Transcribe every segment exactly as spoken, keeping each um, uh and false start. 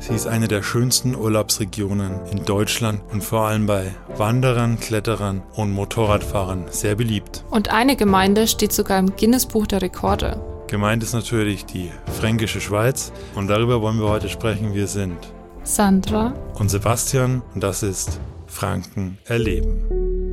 Sie ist eine der schönsten Urlaubsregionen in Deutschland und vor allem bei Wanderern, Kletterern und Motorradfahrern sehr beliebt. Und eine Gemeinde steht sogar im Guinness-Buch der Rekorde. Gemeint ist natürlich die Fränkische Schweiz und darüber wollen wir heute sprechen. Wir sind Sandra und Sebastian und das ist Franken erleben.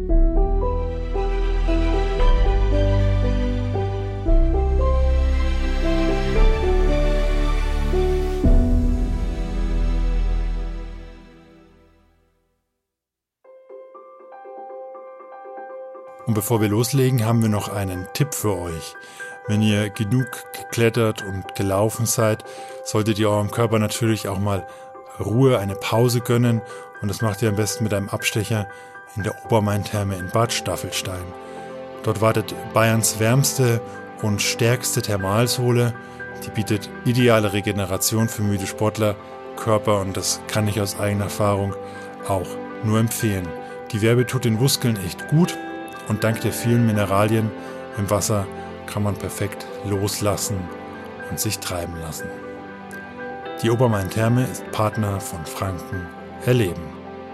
Und bevor wir loslegen, haben wir noch einen Tipp für euch. Wenn ihr genug geklettert und gelaufen seid, solltet ihr eurem Körper natürlich auch mal Ruhe, eine Pause gönnen. Und das macht ihr am besten mit einem Abstecher in der Obermain-Therme in Bad Staffelstein. Dort wartet Bayerns wärmste und stärkste Thermalsohle. Die bietet ideale Regeneration für müde Sportler, Körper und das kann ich aus eigener Erfahrung auch nur empfehlen. Die Wärme tut den Muskeln echt gut. Und dank der vielen Mineralien im Wasser kann man perfekt loslassen und sich treiben lassen. Die Obermain-Therme ist Partner von Franken erleben.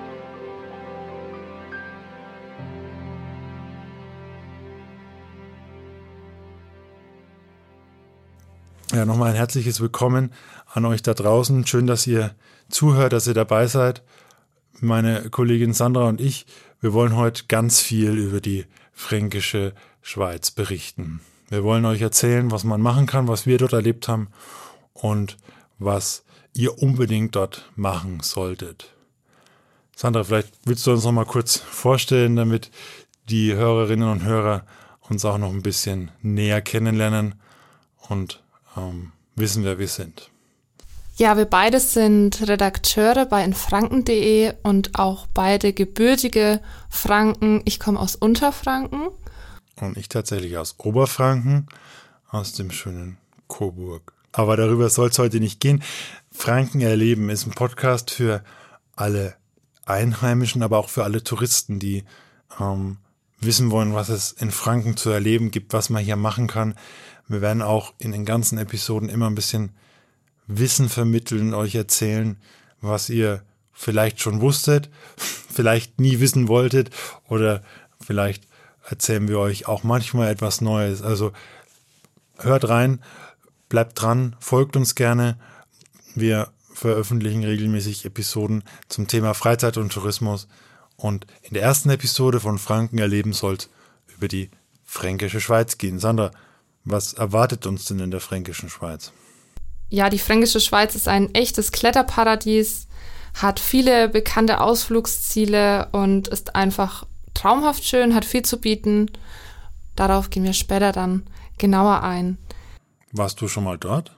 Ja, nochmal ein herzliches Willkommen an euch da draußen. Schön, dass ihr zuhört, dass ihr dabei seid. Meine Kollegin Sandra und ich, wir wollen heute ganz viel über die Fränkische Schweiz berichten. Wir wollen euch erzählen, was man machen kann, was wir dort erlebt haben und was ihr unbedingt dort machen solltet. Sandra, vielleicht willst du uns noch mal kurz vorstellen, damit die Hörerinnen und Hörer uns auch noch ein bisschen näher kennenlernen und ähm, wissen, wer wir sind. Ja, wir beide sind Redakteure bei infranken punkt de und auch beide gebürtige Franken. Ich komme aus Unterfranken. Und ich tatsächlich aus Oberfranken, aus dem schönen Coburg. Aber darüber soll es heute nicht gehen. Franken erleben ist ein Podcast für alle Einheimischen, aber auch für alle Touristen, die ähm, wissen wollen, was es in Franken zu erleben gibt, was man hier machen kann. Wir werden auch in den ganzen Episoden immer ein bisschen Wissen vermitteln, euch erzählen, was ihr vielleicht schon wusstet, vielleicht nie wissen wolltet oder vielleicht erzählen wir euch auch manchmal etwas Neues. Also hört rein, bleibt dran, folgt uns gerne. Wir veröffentlichen regelmäßig Episoden zum Thema Freizeit und Tourismus und in der ersten Episode von Franken erleben soll es über die Fränkische Schweiz gehen. Sandra, was erwartet uns denn in der Fränkischen Schweiz? Ja, die Fränkische Schweiz ist ein echtes Kletterparadies, hat viele bekannte Ausflugsziele und ist einfach traumhaft schön, hat viel zu bieten. Darauf gehen wir später dann genauer ein. Warst du schon mal dort?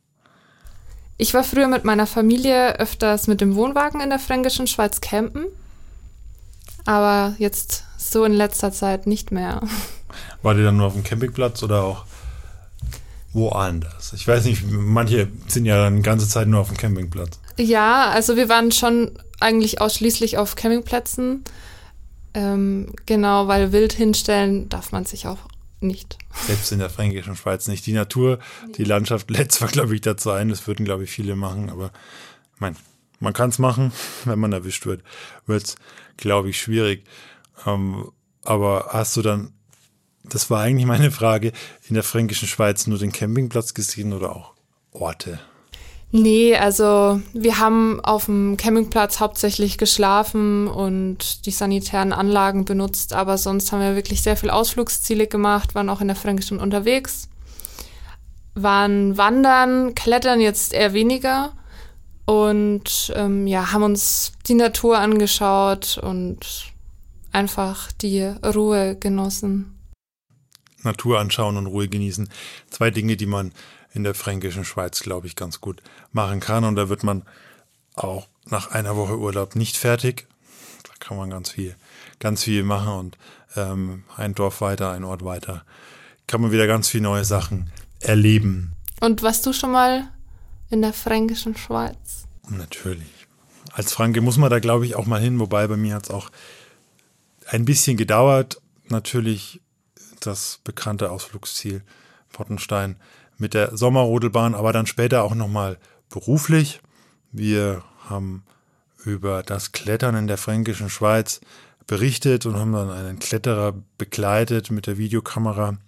Ich war früher mit meiner Familie öfters mit dem Wohnwagen in der Fränkischen Schweiz campen, aber jetzt so in letzter Zeit nicht mehr. War die dann nur auf dem Campingplatz oder auch woanders? Ich weiß nicht, manche sind ja dann die ganze Zeit nur auf dem Campingplatz. Ja, also wir waren schon eigentlich ausschließlich auf Campingplätzen. Ähm, genau, weil wild hinstellen darf man sich auch nicht. Selbst in der Fränkischen Schweiz nicht. Die Natur, die Landschaft lädt zwar, glaube ich, dazu ein, das würden, glaube ich, viele machen, aber mein, man kann es machen, wenn man erwischt wird, wird es, glaube ich, schwierig. Ähm, aber hast du dann, das war eigentlich meine Frage, in der Fränkischen Schweiz nur den Campingplatz gesehen oder auch Orte? Nee, also wir haben auf dem Campingplatz hauptsächlich geschlafen und die sanitären Anlagen benutzt, aber sonst haben wir wirklich sehr viele Ausflugsziele gemacht, waren auch in der Fränkischen unterwegs, waren wandern, klettern jetzt eher weniger und ähm, ja, haben uns die Natur angeschaut und einfach die Ruhe genossen. Natur anschauen und Ruhe genießen. Zwei Dinge, die man in der Fränkischen Schweiz, glaube ich, ganz gut machen kann. Und da wird man auch nach einer Woche Urlaub nicht fertig. Da kann man ganz viel, ganz viel machen und ähm, ein Dorf weiter, ein Ort weiter, kann man wieder ganz viele neue Sachen erleben. Und warst du schon mal in der Fränkischen Schweiz? Natürlich. Als Franke muss man da, glaube ich, auch mal hin. Wobei bei mir hat es auch ein bisschen gedauert. Natürlich das bekannte Ausflugsziel Pottenstein mit der Sommerrodelbahn, aber dann später auch nochmal beruflich. Wir haben über das Klettern in der Fränkischen Schweiz berichtet und haben dann einen Kletterer begleitet mit der Videokamera.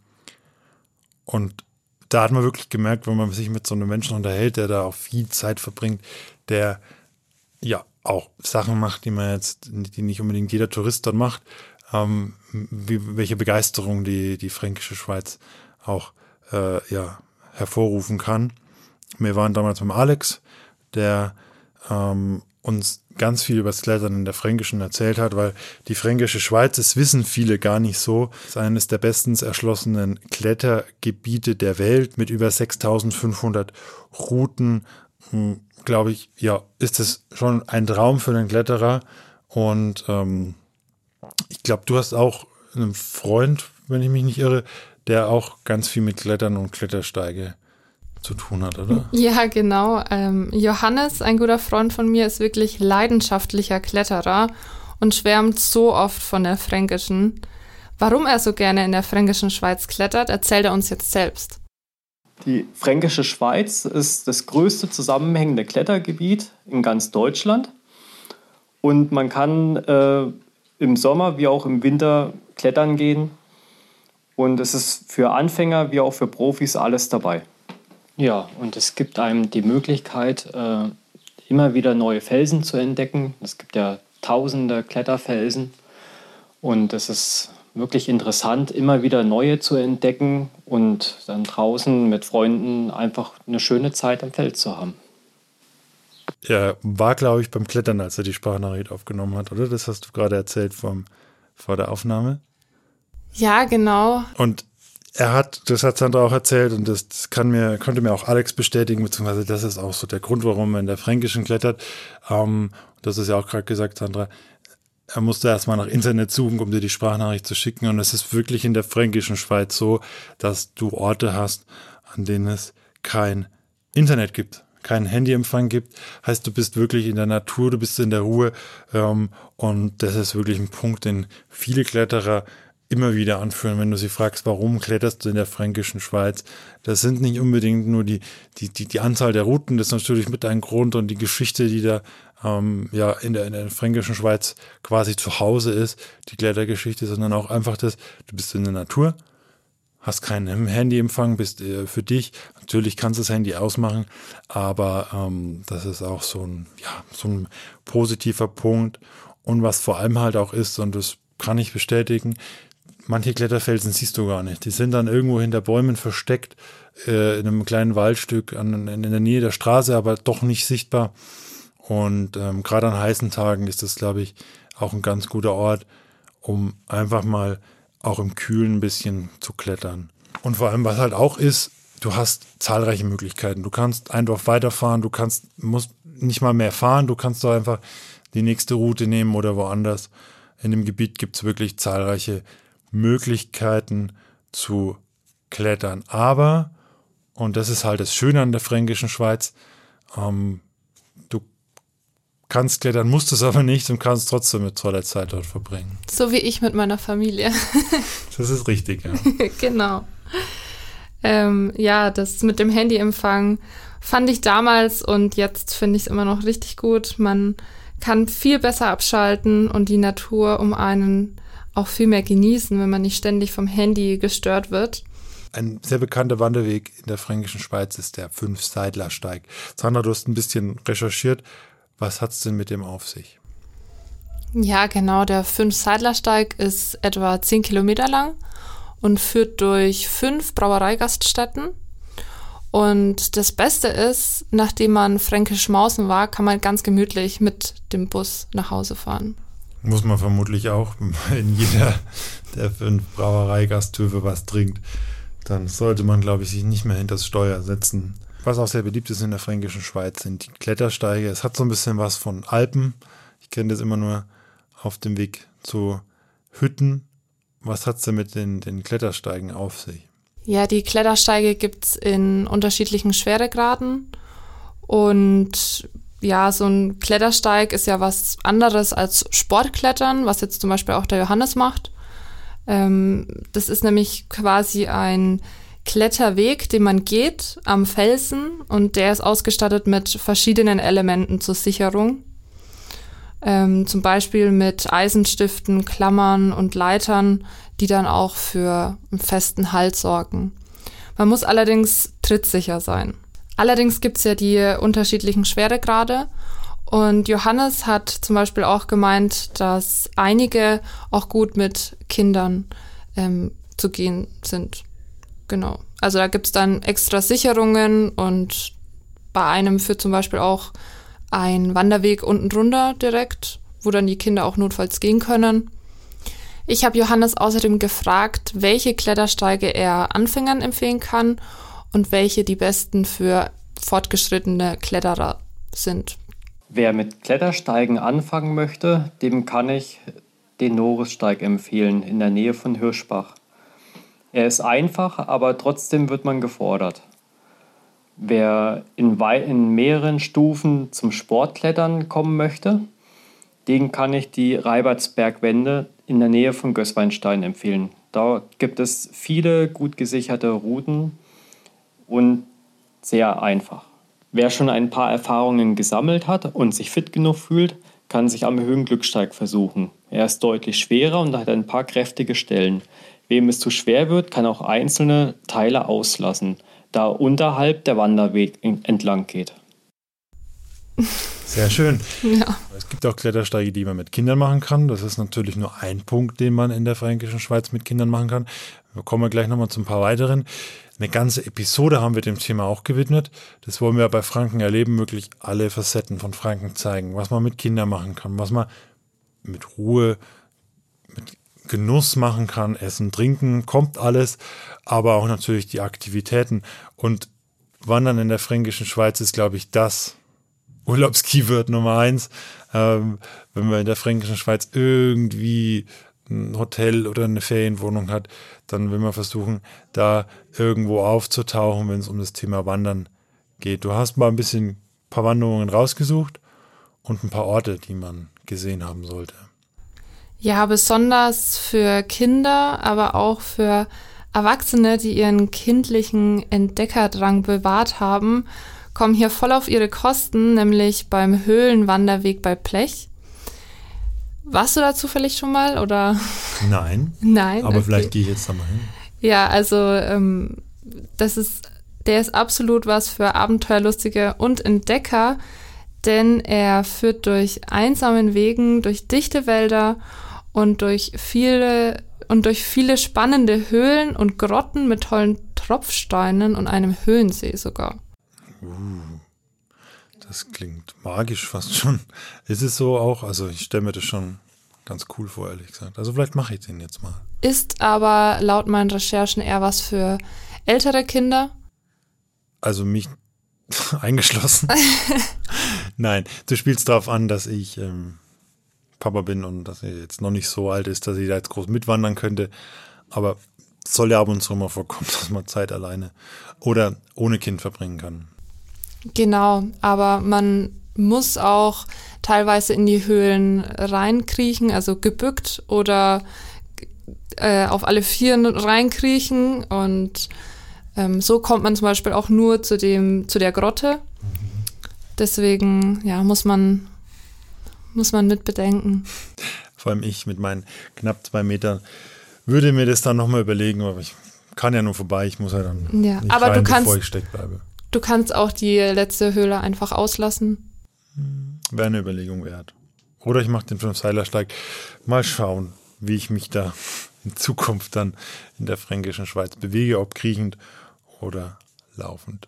Und da hat man wirklich gemerkt, wenn man sich mit so einem Menschen unterhält, der da auch viel Zeit verbringt, der ja auch Sachen macht, die man jetzt, die nicht unbedingt jeder Tourist dort macht, ähm, wie, welche Begeisterung die, die Fränkische Schweiz auch äh, ja, hervorrufen kann. Wir waren damals mit Alex, der ähm, uns ganz viel über das Klettern in der Fränkischen erzählt hat, weil die Fränkische Schweiz, das wissen viele gar nicht so, ist eines der bestens erschlossenen Klettergebiete der Welt mit über sechstausendfünfhundert Routen. Hm, glaube ich, ja, ist es schon ein Traum für einen Kletterer. Und ähm, ich glaube, du hast auch einen Freund, wenn ich mich nicht irre, der auch ganz viel mit Klettern und Klettersteige zu tun hat, oder? Ja, genau. Ähm, Johannes, ein guter Freund von mir, ist wirklich leidenschaftlicher Kletterer und schwärmt so oft von der Fränkischen. Warum er so gerne in der Fränkischen Schweiz klettert, erzählt er uns jetzt selbst. Die Fränkische Schweiz ist das größte zusammenhängende Klettergebiet in ganz Deutschland. Und man kann äh, im Sommer wie auch im Winter klettern gehen. Und es ist für Anfänger wie auch für Profis alles dabei. Ja, und es gibt einem die Möglichkeit, äh, immer wieder neue Felsen zu entdecken. Es gibt ja tausende Kletterfelsen und es ist wirklich interessant, immer wieder neue zu entdecken und dann draußen mit Freunden einfach eine schöne Zeit am Feld zu haben. Er war, glaube ich, beim Klettern, als er die Sprachnachricht aufgenommen hat, oder? Das hast du gerade erzählt vom, vor der Aufnahme. Ja, genau. Und er hat, das hat Sandra auch erzählt und das, das kann mir, konnte mir auch Alex bestätigen, beziehungsweise das ist auch so der Grund, warum er in der Fränkischen klettert. Ähm, das ist ja auch gerade gesagt, Sandra. Er musste erstmal nach Internet suchen, um dir die Sprachnachricht zu schicken. Und es ist wirklich in der Fränkischen Schweiz so, dass du Orte hast, an denen es kein Internet gibt, keinen Handyempfang gibt. Heißt, du bist wirklich in der Natur, du bist in der Ruhe. Ähm, und das ist wirklich ein Punkt, den viele Kletterer immer wieder anführen, wenn du sie fragst, warum kletterst du in der Fränkischen Schweiz? Das sind nicht unbedingt nur die, die, die, die Anzahl der Routen, das ist natürlich mit ein Grund und die Geschichte, die da ähm, ja in der, in der Fränkischen Schweiz quasi zu Hause ist, die Klettergeschichte, sondern auch einfach das, du bist in der Natur, hast keinen Handyempfang, bist äh, für dich, natürlich kannst du das Handy ausmachen, aber ähm, das ist auch so ein, ja, so ein positiver Punkt und was vor allem halt auch ist, und das kann ich bestätigen, manche Kletterfelsen siehst du gar nicht. Die sind dann irgendwo hinter Bäumen versteckt, äh, in einem kleinen Waldstück an, in der Nähe der Straße, aber doch nicht sichtbar. Und ähm, gerade an heißen Tagen ist das, glaube ich, auch ein ganz guter Ort, um einfach mal auch im Kühlen ein bisschen zu klettern. Und vor allem, was halt auch ist, du hast zahlreiche Möglichkeiten. Du kannst einfach weiterfahren, du kannst, musst nicht mal mehr fahren, du kannst doch einfach die nächste Route nehmen oder woanders. In dem Gebiet gibt es wirklich zahlreiche Möglichkeiten zu klettern. Aber, und das ist halt das Schöne an der Fränkischen Schweiz, ähm, du kannst klettern, musst es aber nicht und kannst trotzdem eine tolle Zeit dort verbringen. So wie ich mit meiner Familie. Das ist richtig, ja. Genau. Ähm, ja, das mit dem Handyempfang fand ich damals und jetzt finde ich es immer noch richtig gut. Man kann viel besser abschalten und die Natur um einen auch viel mehr genießen, wenn man nicht ständig vom Handy gestört wird. Ein sehr bekannter Wanderweg in der Fränkischen Schweiz ist der Fünf-Seidler-Steig. Sandra, du hast ein bisschen recherchiert. Was hat es denn mit dem auf sich? Ja, genau. Der Fünf-Seidler-Steig ist etwa zehn Kilometer lang und führt durch fünf Brauereigaststätten. Und das Beste ist, nachdem man fränkisch Mausen war, kann man ganz gemütlich mit dem Bus nach Hause fahren. Muss man vermutlich auch, wenn jeder der fünf Brauereigasthöfe was trinkt, dann sollte man, glaube ich, sich nicht mehr hinter das Steuer setzen. Was auch sehr beliebt ist in der Fränkischen Schweiz, sind die Klettersteige. Es hat so ein bisschen was von Alpen. Ich kenne das immer nur auf dem Weg zu Hütten. Was hat es denn mit den, den Klettersteigen auf sich? Ja, die Klettersteige gibt es in unterschiedlichen Schweregraden und ja, so ein Klettersteig ist ja was anderes als Sportklettern, was jetzt zum Beispiel auch der Johannes macht. Ähm, das ist nämlich quasi ein Kletterweg, den man geht am Felsen, und der ist ausgestattet mit verschiedenen Elementen zur Sicherung. Ähm, zum Beispiel mit Eisenstiften, Klammern und Leitern, die dann auch für einen festen Halt sorgen. Man muss allerdings trittsicher sein. Allerdings gibt es ja die unterschiedlichen Schweregrade, und Johannes hat zum Beispiel auch gemeint, dass einige auch gut mit Kindern ähm, zu gehen sind. Genau. Also da gibt es dann extra Sicherungen, und bei einem führt zum Beispiel auch ein Wanderweg unten drunter direkt, wo dann die Kinder auch notfalls gehen können. Ich habe Johannes außerdem gefragt, welche Klettersteige er Anfängern empfehlen kann und welche die besten für fortgeschrittene Kletterer sind. Wer mit Klettersteigen anfangen möchte, dem kann ich den Norissteig empfehlen, in der Nähe von Hirschbach. Er ist einfach, aber trotzdem wird man gefordert. Wer in, wei- in mehreren Stufen zum Sportklettern kommen möchte, den kann ich die Reibertsbergwände in der Nähe von Gößweinstein empfehlen. Da gibt es viele gut gesicherte Routen und sehr einfach. Wer schon ein paar Erfahrungen gesammelt hat und sich fit genug fühlt, kann sich am Höhenglücksteig versuchen. Er ist deutlich schwerer und hat ein paar kräftige Stellen. Wem es zu schwer wird, kann auch einzelne Teile auslassen, da unterhalb der Wanderweg entlang geht. Sehr schön. Ja. Es gibt auch Klettersteige, die man mit Kindern machen kann. Das ist natürlich nur ein Punkt, den man in der Fränkischen Schweiz mit Kindern machen kann. Wir kommen gleich nochmal zu ein paar weiteren. Eine ganze Episode haben wir dem Thema auch gewidmet. Das wollen wir bei Franken erleben, wirklich alle Facetten von Franken zeigen. Was man mit Kindern machen kann, was man mit Ruhe, mit Genuss machen kann, Essen, Trinken, kommt alles, aber auch natürlich die Aktivitäten. Und Wandern in der Fränkischen Schweiz ist, glaube ich, das Urlaubskeyword Nummer eins. Ähm, wenn man in der Fränkischen Schweiz irgendwie ein Hotel oder eine Ferienwohnung hat, dann will man versuchen, da irgendwo aufzutauchen, wenn es um das Thema Wandern geht. Du hast mal ein bisschen ein paar Wanderungen rausgesucht und ein paar Orte, die man gesehen haben sollte. Ja, besonders für Kinder, aber auch für Erwachsene, die ihren kindlichen Entdeckerdrang bewahrt haben, kommen hier voll auf ihre Kosten, nämlich beim Höhlenwanderweg bei Plech. Warst du da zufällig schon mal, oder? Nein. Nein. Aber okay. vielleicht gehe ich jetzt da mal hin. Ja, also ähm, das ist, der ist absolut was für Abenteuerlustige und Entdecker, denn er führt durch einsamen Wegen, durch dichte Wälder und durch viele und durch viele spannende Höhlen und Grotten mit tollen Tropfsteinen und einem Höhlensee sogar. Uh, das klingt magisch fast schon. Ist es so auch? Also ich stelle mir das schon ganz cool vor, ehrlich gesagt. Also vielleicht mache ich den jetzt mal. Ist aber laut meinen Recherchen eher was für ältere Kinder. Also mich eingeschlossen. Nein, du spielst darauf an, dass ich ähm, Papa bin und dass er jetzt noch nicht so alt ist, dass ich da jetzt groß mitwandern könnte. Aber es soll ja ab und zu mal vorkommen, dass man Zeit alleine oder ohne Kind verbringen kann. Genau, aber man muss auch teilweise in die Höhlen reinkriechen, also gebückt oder äh, auf alle Vieren reinkriechen, und ähm, so kommt man zum Beispiel auch nur zu dem zu der Grotte. Deswegen ja, muss man muss man mit bedenken. Vor allem ich mit meinen knapp zwei Metern würde mir das dann nochmal überlegen, aber ich kann ja nur vorbei, ich muss ja dann ja, nicht aber rein, du kannst, bevor ich steck bleibe. Du kannst auch die letzte Höhle einfach auslassen. Wäre eine Überlegung wert. Oder ich mache den Fünf-Seiler-Steig. Mal schauen, wie ich mich da in Zukunft dann in der Fränkischen Schweiz bewege, ob kriechend oder laufend.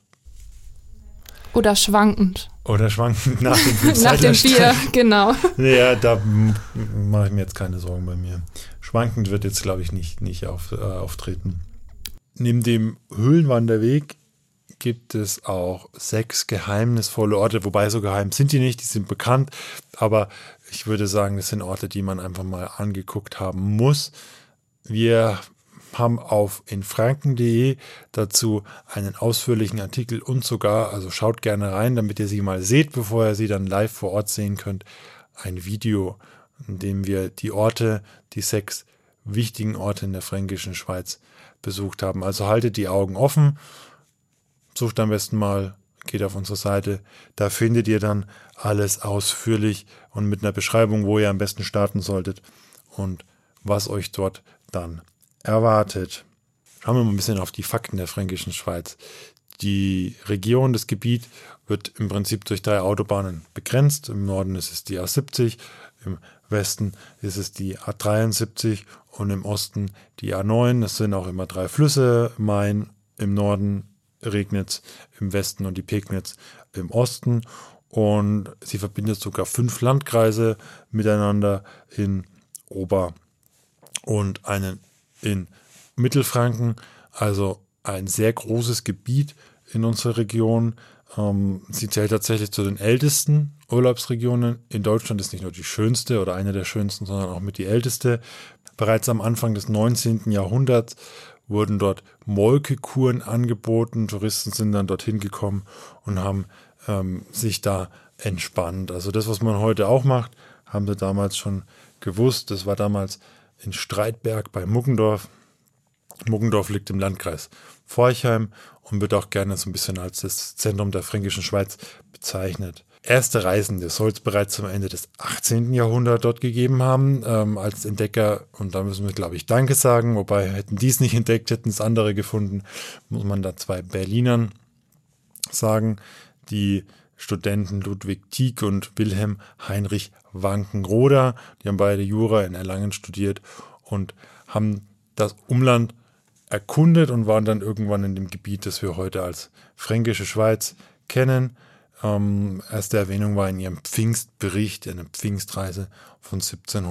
Oder schwankend. Oder schwankend nach dem Fünf-Seiler-Steig. Nach dem Bier, genau. Ja, da mache ich mir jetzt keine Sorgen bei mir. Schwankend wird jetzt, glaube ich, nicht, nicht auf, äh, auftreten. Neben dem Höhlenwanderweg gibt es auch sechs geheimnisvolle Orte, wobei so geheim sind die nicht, die sind bekannt, aber ich würde sagen, das sind Orte, die man einfach mal angeguckt haben muss. Wir haben auf infranken punkt de dazu einen ausführlichen Artikel und sogar, also schaut gerne rein, damit ihr sie mal seht, bevor ihr sie dann live vor Ort sehen könnt, ein Video, in dem wir die Orte, die sechs wichtigen Orte in der Fränkischen Schweiz besucht haben. Also haltet die Augen offen, sucht am besten mal, geht auf unsere Seite, da findet ihr dann alles ausführlich und mit einer Beschreibung, wo ihr am besten starten solltet und was euch dort dann erwartet. Schauen wir mal ein bisschen auf die Fakten der Fränkischen Schweiz. Die Region, das Gebiet wird im Prinzip durch drei Autobahnen begrenzt. Im Norden ist es die A siebzig, im Westen ist es die A dreiundsiebzig und im Osten die A neun. Es sind auch immer drei Flüsse, Main im Norden, Regnitz im Westen und die Pegnitz im Osten. Und sie verbindet sogar fünf Landkreise miteinander in Ober- und einen in Mittelfranken. Also ein sehr großes Gebiet in unserer Region. Ähm, sie zählt tatsächlich zu den ältesten Urlaubsregionen. In Deutschland ist nicht nur die schönste oder eine der schönsten, sondern auch mit die älteste. Bereits am Anfang des neunzehnten Jahrhunderts wurden dort Molkekuren angeboten. Touristen sind dann dorthin gekommen und haben ähm, sich da entspannt. Also das, was man heute auch macht, haben sie damals schon gewusst. Das war damals in Streitberg bei Muggendorf. Muggendorf liegt im Landkreis Forchheim und wird auch gerne so ein bisschen als das Zentrum der Fränkischen Schweiz bezeichnet. Erste Reisende soll es bereits zum Ende des achtzehnten Jahrhunderts dort gegeben haben, ähm, als Entdecker. Und da müssen wir, glaube ich, Danke sagen. Wobei, hätten die es nicht entdeckt, hätten es andere gefunden, muss man da zwei Berlinern sagen. Die Studenten Ludwig Tieck und Wilhelm Heinrich Wankenroder, die haben beide Jura in Erlangen studiert und haben das Umland erkundet und waren dann irgendwann in dem Gebiet, das wir heute als Fränkische Schweiz kennen. Ähm, erste Erwähnung war in ihrem Pfingstbericht, eine Pfingstreise von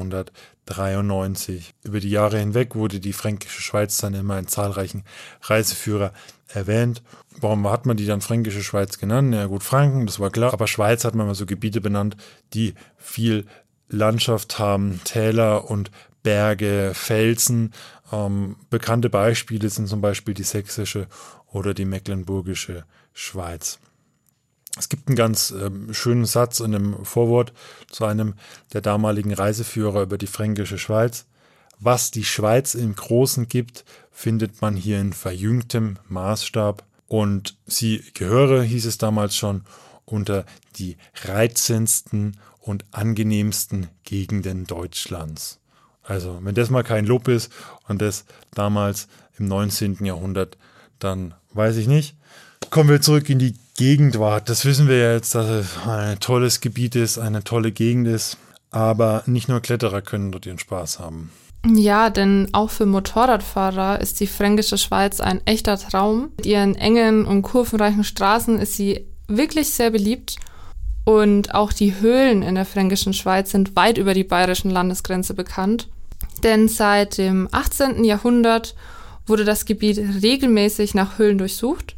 siebzehnhundertdreiundneunzig. Über die Jahre hinweg wurde die Fränkische Schweiz dann immer in zahlreichen Reiseführer erwähnt. Warum hat man die dann Fränkische Schweiz genannt? Ja gut, Franken, das war klar, aber Schweiz hat man mal so Gebiete benannt, die viel Landschaft haben, Täler und Berge, Felsen. Ähm, bekannte Beispiele sind zum Beispiel die sächsische oder die mecklenburgische Schweiz. Es gibt einen ganz ähm, schönen Satz in einem Vorwort zu einem der damaligen Reiseführer über die Fränkische Schweiz. Was die Schweiz im Großen gibt, findet man hier in verjüngtem Maßstab. Und sie gehöre, hieß es damals schon, unter die reizendsten und angenehmsten Gegenden Deutschlands. Also, wenn das mal kein Lob ist und das damals im neunzehnten Jahrhundert, dann weiß ich nicht. Kommen wir zurück in die Gegenwart. Das wissen wir ja jetzt, dass es ein tolles Gebiet ist, eine tolle Gegend ist. Aber nicht nur Kletterer können dort ihren Spaß haben. Ja, denn auch für Motorradfahrer ist die Fränkische Schweiz ein echter Traum. Mit ihren engen und kurvenreichen Straßen ist sie wirklich sehr beliebt. Und auch die Höhlen in der Fränkischen Schweiz sind weit über die bayerischen Landesgrenze bekannt. Denn seit dem achtzehnten Jahrhundert wurde das Gebiet regelmäßig nach Höhlen durchsucht.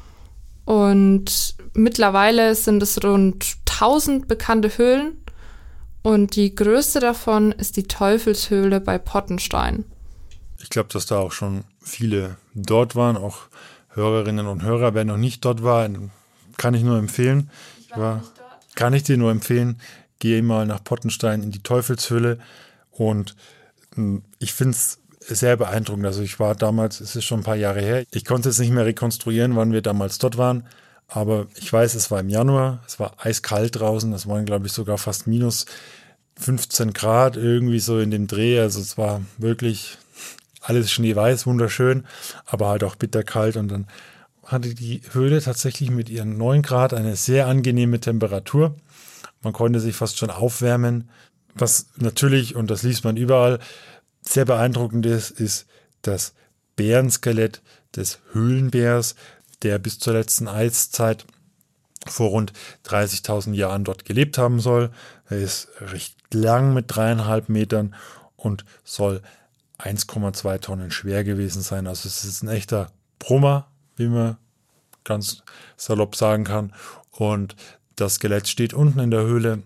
Und mittlerweile sind es rund tausend bekannte Höhlen. Und die größte davon ist die Teufelshöhle bei Pottenstein. Ich glaube, dass da auch schon viele dort waren. Auch Hörerinnen und Hörer, wer noch nicht dort war, kann ich nur empfehlen. Ich war, kann ich dir nur empfehlen, gehe mal nach Pottenstein in die Teufelshöhle. Und ich finde es sehr beeindruckend. Also ich war damals, es ist schon ein paar Jahre her, ich konnte es nicht mehr rekonstruieren, wann wir damals dort waren. Aber ich weiß, es war im Januar, es war eiskalt draußen, es waren, glaube ich, sogar fast minus fünfzehn Grad, irgendwie so in dem Dreh. Also es war wirklich alles schneeweiß, wunderschön, aber halt auch bitterkalt. Und dann hatte die Höhle tatsächlich mit ihren neun Grad eine sehr angenehme Temperatur. Man konnte sich fast schon aufwärmen. Was natürlich, und das liest man überall, sehr beeindruckend ist, ist das Bärenskelett des Höhlenbärs, der bis zur letzten Eiszeit vor rund dreißigtausend Jahren dort gelebt haben soll. Er ist recht lang mit dreieinhalb Metern und soll eins Komma zwei Tonnen schwer gewesen sein. Also es ist ein echter Brummer, wie man ganz salopp sagen kann. Und das Skelett steht unten in der Höhle,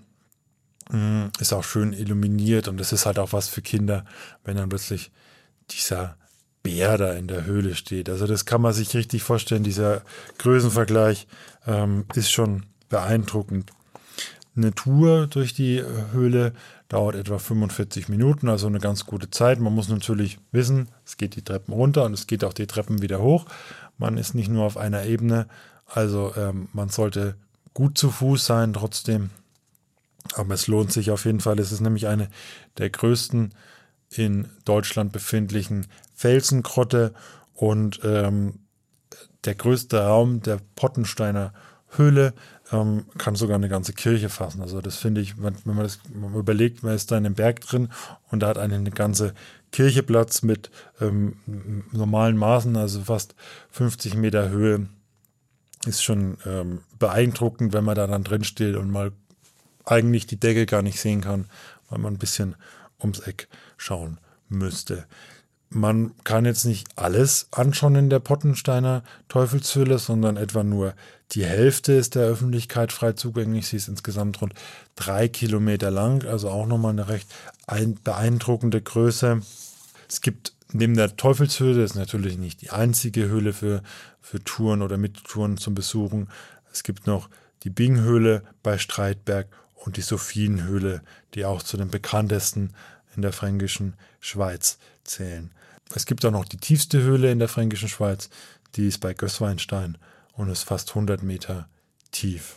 ist auch schön illuminiert und das ist halt auch was für Kinder, wenn dann plötzlich dieser Bär da in der Höhle steht. Also das kann man sich richtig vorstellen, dieser Größenvergleich ähm, ist schon beeindruckend. Eine Tour durch die Höhle dauert etwa fünfundvierzig Minuten, also eine ganz gute Zeit. Man muss natürlich wissen, es geht die Treppen runter und es geht auch die Treppen wieder hoch. Man ist nicht nur auf einer Ebene, also ähm, man sollte gut zu Fuß sein trotzdem. Aber es lohnt sich auf jeden Fall. Es ist nämlich eine der größten in Deutschland befindlichen Felsengrotte und ähm, der größte Raum der Pottensteiner Höhle ähm, kann sogar eine ganze Kirche fassen. Also das finde ich, wenn, wenn man das wenn man überlegt, man ist da in einem Berg drin und da hat eine, eine ganze Kirche Platz mit ähm, normalen Maßen, also fast fünfzig Meter Höhe. Ist schon ähm, beeindruckend, wenn man da dann drin steht und mal eigentlich die Decke gar nicht sehen kann, weil man ein bisschen ums Eck schauen müsste. Man kann jetzt nicht alles anschauen in der Pottensteiner Teufelshöhle, sondern etwa nur die Hälfte ist der Öffentlichkeit frei zugänglich. Sie ist insgesamt rund drei Kilometer lang, also auch nochmal eine recht beeindruckende Größe. Es gibt neben der Teufelshöhle, das ist natürlich nicht die einzige Höhle für, für Touren oder mit Touren zum Besuchen. Es gibt noch die Binghöhle bei Streitberg und die Sophienhöhle, die auch zu den bekanntesten in der fränkischen Schweiz zählen. Es gibt auch noch die tiefste Höhle in der fränkischen Schweiz, die ist bei Gößweinstein und ist fast hundert Meter tief.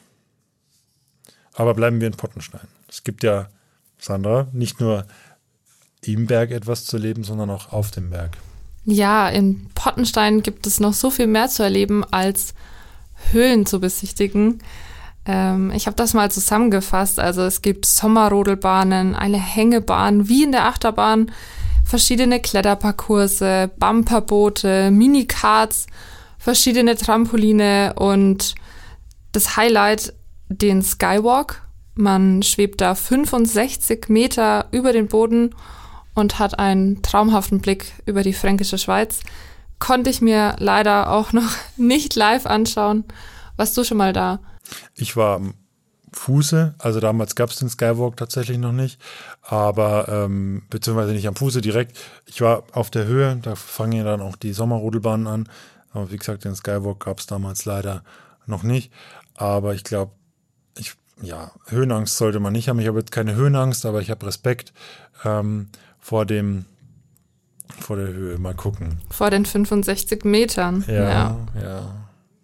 Aber bleiben wir in Pottenstein. Es gibt ja, Sandra, nicht nur im Berg etwas zu erleben, sondern auch auf dem Berg. Ja, in Pottenstein gibt es noch so viel mehr zu erleben, als Höhlen zu besichtigen. Ähm, ich habe das mal zusammengefasst. Also es gibt Sommerrodelbahnen, eine Hängebahn wie in der Achterbahn, verschiedene Kletterparcourse, Bumperboote, Minikarts, verschiedene Trampoline und das Highlight, den Skywalk. Man schwebt da fünfundsechzig Meter über den Boden und hat einen traumhaften Blick über die fränkische Schweiz. Konnte ich mir leider auch noch nicht live anschauen. Warst du schon mal da? Ich war am Fuße, also damals gab es den Skywalk tatsächlich noch nicht, aber ähm, beziehungsweise nicht am Fuße direkt. Ich war auf der Höhe, da fangen ja dann auch die Sommerrodelbahnen an. Aber wie gesagt, den Skywalk gab es damals leider noch nicht. Aber ich glaube, ich, ja, Höhenangst sollte man nicht haben. Ich habe jetzt keine Höhenangst, aber ich habe Respekt ähm, vor dem, vor der Höhe. Mal gucken. Vor den fünfundsechzig Metern. Ja, ja. ja.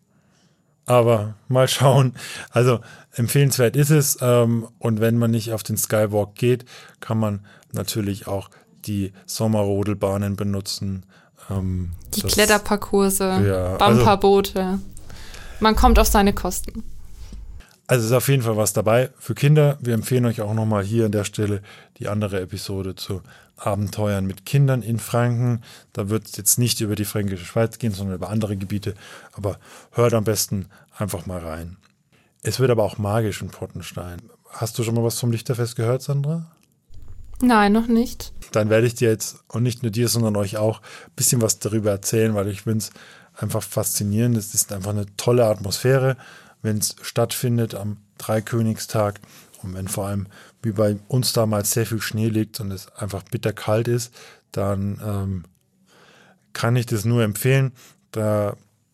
Aber mal schauen. Also empfehlenswert ist es. Ähm, und wenn man nicht auf den Skywalk geht, kann man natürlich auch die Sommerrodelbahnen benutzen. Ähm, die das, Kletterparcourse, ja, Bumperboote. Also, man kommt auf seine Kosten. Also ist auf jeden Fall was dabei für Kinder. Wir empfehlen euch auch nochmal hier an der Stelle die andere Episode zu Abenteuern mit Kindern in Franken. Da wird es jetzt nicht über die fränkische Schweiz gehen, sondern über andere Gebiete. Aber hört am besten einfach mal rein. Es wird aber auch magisch in Pottenstein. Hast du schon mal was vom Lichterfest gehört, Sandra? Nein, noch nicht. Dann werde ich dir jetzt, und nicht nur dir, sondern euch auch, ein bisschen was darüber erzählen, weil ich finde es einfach faszinierend. Es ist einfach eine tolle Atmosphäre, wenn es stattfindet am Dreikönigstag und wenn vor allem, wie bei uns damals, sehr viel Schnee liegt und es einfach bitterkalt ist, dann ähm, kann ich das nur empfehlen. Da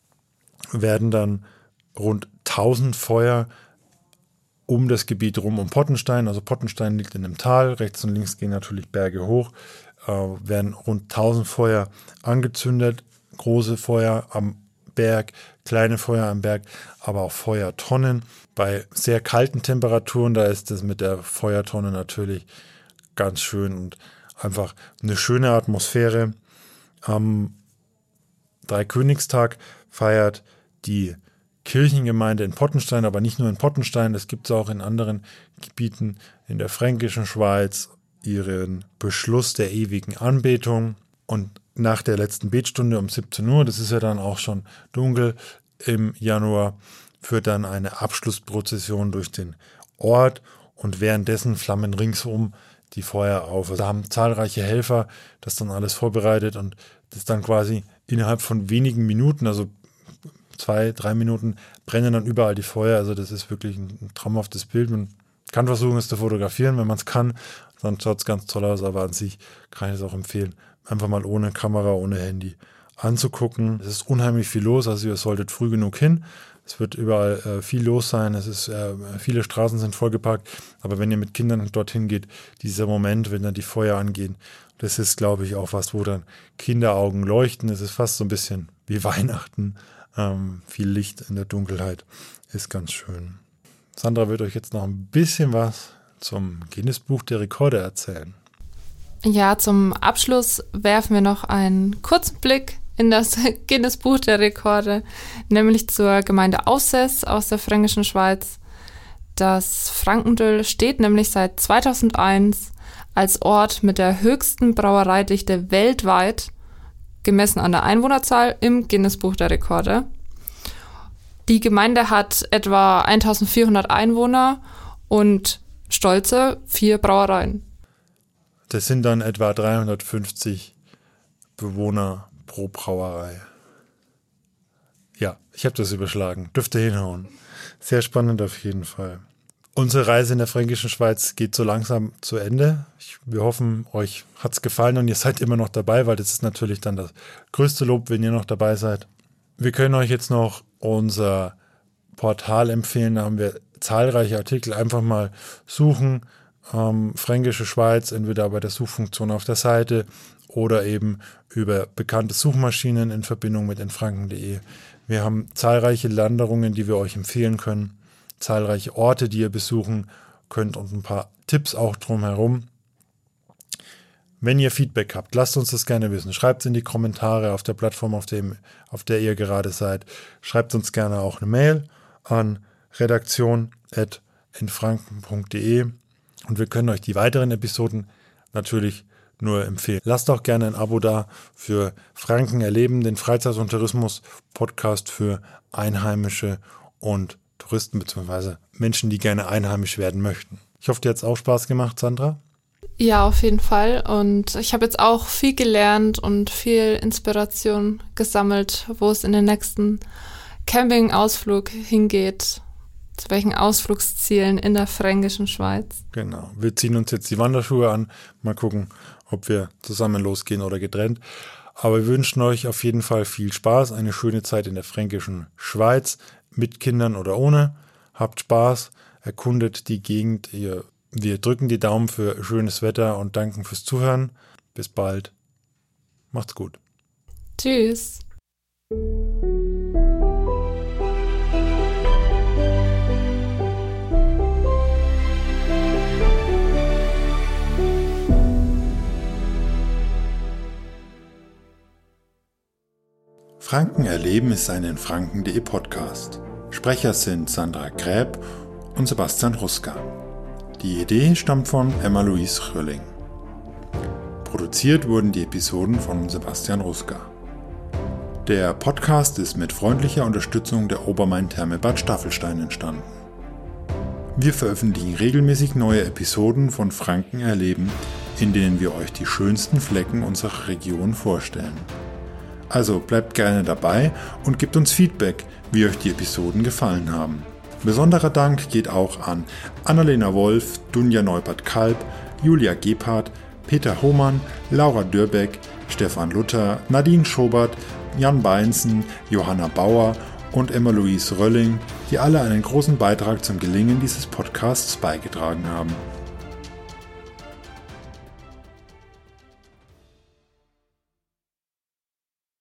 werden dann rund tausend Feuer um das Gebiet rum um Pottenstein. Also Pottenstein liegt in einem Tal, rechts und links gehen natürlich Berge hoch, äh, werden rund tausend Feuer angezündet, große Feuer am Berg, kleine Feuer am Berg, aber auch Feuertonnen. Bei sehr kalten Temperaturen, da ist es mit der Feuertonne natürlich ganz schön und einfach eine schöne Atmosphäre. Am Dreikönigstag feiert die Kirchengemeinde in Pottenstein, aber nicht nur in Pottenstein, das gibt es auch in anderen Gebieten in der fränkischen Schweiz, ihren Beschluss der ewigen Anbetung. Und nach der letzten Betstunde um siebzehn Uhr, das ist ja dann auch schon dunkel im Januar, führt dann eine Abschlussprozession durch den Ort und währenddessen flammen ringsum die Feuer auf. Also da haben zahlreiche Helfer das dann alles vorbereitet und das dann quasi innerhalb von wenigen Minuten, also zwei, drei Minuten, brennen dann überall die Feuer. Also das ist wirklich ein, ein traumhaftes Bild. Man kann versuchen, es zu fotografieren, wenn man es kann. Dann schaut es ganz toll aus, aber an sich kann ich es auch empfehlen, einfach mal ohne Kamera, ohne Handy anzugucken. Es ist unheimlich viel los, also ihr solltet früh genug hin. Es wird überall äh, viel los sein, es ist, äh, viele Straßen sind vollgeparkt, aber wenn ihr mit Kindern dorthin geht, dieser Moment, wenn dann die Feuer angehen, das ist, glaube ich, auch was, wo dann Kinderaugen leuchten. Es ist fast so ein bisschen wie Weihnachten. Ähm, viel Licht in der Dunkelheit ist ganz schön. Sandra wird euch jetzt noch ein bisschen was zum Guinness-Buch der Rekorde erzählen. Ja, zum Abschluss werfen wir noch einen kurzen Blick in das Guinness-Buch der Rekorde, nämlich zur Gemeinde Aussess aus der Fränkischen Schweiz. Das Frankendüll steht nämlich seit zweitausendeins als Ort mit der höchsten Brauereidichte weltweit, gemessen an der Einwohnerzahl, im Guinness-Buch der Rekorde. Die Gemeinde hat etwa eintausendvierhundert Einwohner und stolze vier Brauereien. Das sind dann etwa dreihundertfünfzig Bewohner pro Brauerei. Ja, ich habe das überschlagen. Dürfte hinhauen. Sehr spannend auf jeden Fall. Unsere Reise in der Fränkischen Schweiz geht so langsam zu Ende. Ich, wir hoffen, euch hat es gefallen und ihr seid immer noch dabei, weil das ist natürlich dann das größte Lob, wenn ihr noch dabei seid. Wir können euch jetzt noch unser Portal empfehlen. Da haben wir zahlreiche Artikel. Einfach mal suchen. Ähm, Fränkische Schweiz, entweder bei der Suchfunktion auf der Seite oder eben über bekannte Suchmaschinen in Verbindung mit infranken punkt de. Wir haben zahlreiche Landerungen, die wir euch empfehlen können, zahlreiche Orte, die ihr besuchen könnt und ein paar Tipps auch drumherum. Wenn ihr Feedback habt, lasst uns das gerne wissen. Schreibt es in die Kommentare auf der Plattform, auf, dem, auf der ihr gerade seid. Schreibt uns gerne auch eine Mail an redaktion at infranken punkt de und wir können euch die weiteren Episoden natürlich nur empfehlen. Lasst auch gerne ein Abo da für Franken erleben, den Freizeit- und Tourismus-Podcast für Einheimische und Touristen bzw. Menschen, die gerne einheimisch werden möchten. Ich hoffe, dir hat es auch Spaß gemacht, Sandra. Ja, auf jeden Fall. Und ich habe jetzt auch viel gelernt und viel Inspiration gesammelt, wo es in den nächsten Campingausflug hingeht, zu welchen Ausflugszielen in der Fränkischen Schweiz. Genau. Wir ziehen uns jetzt die Wanderschuhe an. Mal gucken, ob wir zusammen losgehen oder getrennt. Aber wir wünschen euch auf jeden Fall viel Spaß, eine schöne Zeit in der Fränkischen Schweiz, mit Kindern oder ohne. Habt Spaß, erkundet die Gegend. Ihr, wir drücken die Daumen für schönes Wetter und danken fürs Zuhören. Bis bald. Macht's gut. Tschüss. Franken erleben ist ein infranken punkt de Podcast. Sprecher sind Sandra Gräb und Sebastian Ruska. Die Idee stammt von Emma-Louise Rölling. Produziert wurden die Episoden von Sebastian Ruska. Der Podcast ist mit freundlicher Unterstützung der Obermain-Therme Bad Staffelstein entstanden. Wir veröffentlichen regelmäßig neue Episoden von Franken erleben, in denen wir euch die schönsten Flecken unserer Region vorstellen. Also bleibt gerne dabei und gebt uns Feedback, wie euch die Episoden gefallen haben. Besonderer Dank geht auch an Annalena Wolf, Dunja Neupert-Kalb, Julia Gebhardt, Peter Hohmann, Laura Dürbeck, Stefan Luther, Nadine Schobert, Jan Beinzen, Johanna Bauer und Emma-Louise Rölling, die alle einen großen Beitrag zum Gelingen dieses Podcasts beigetragen haben.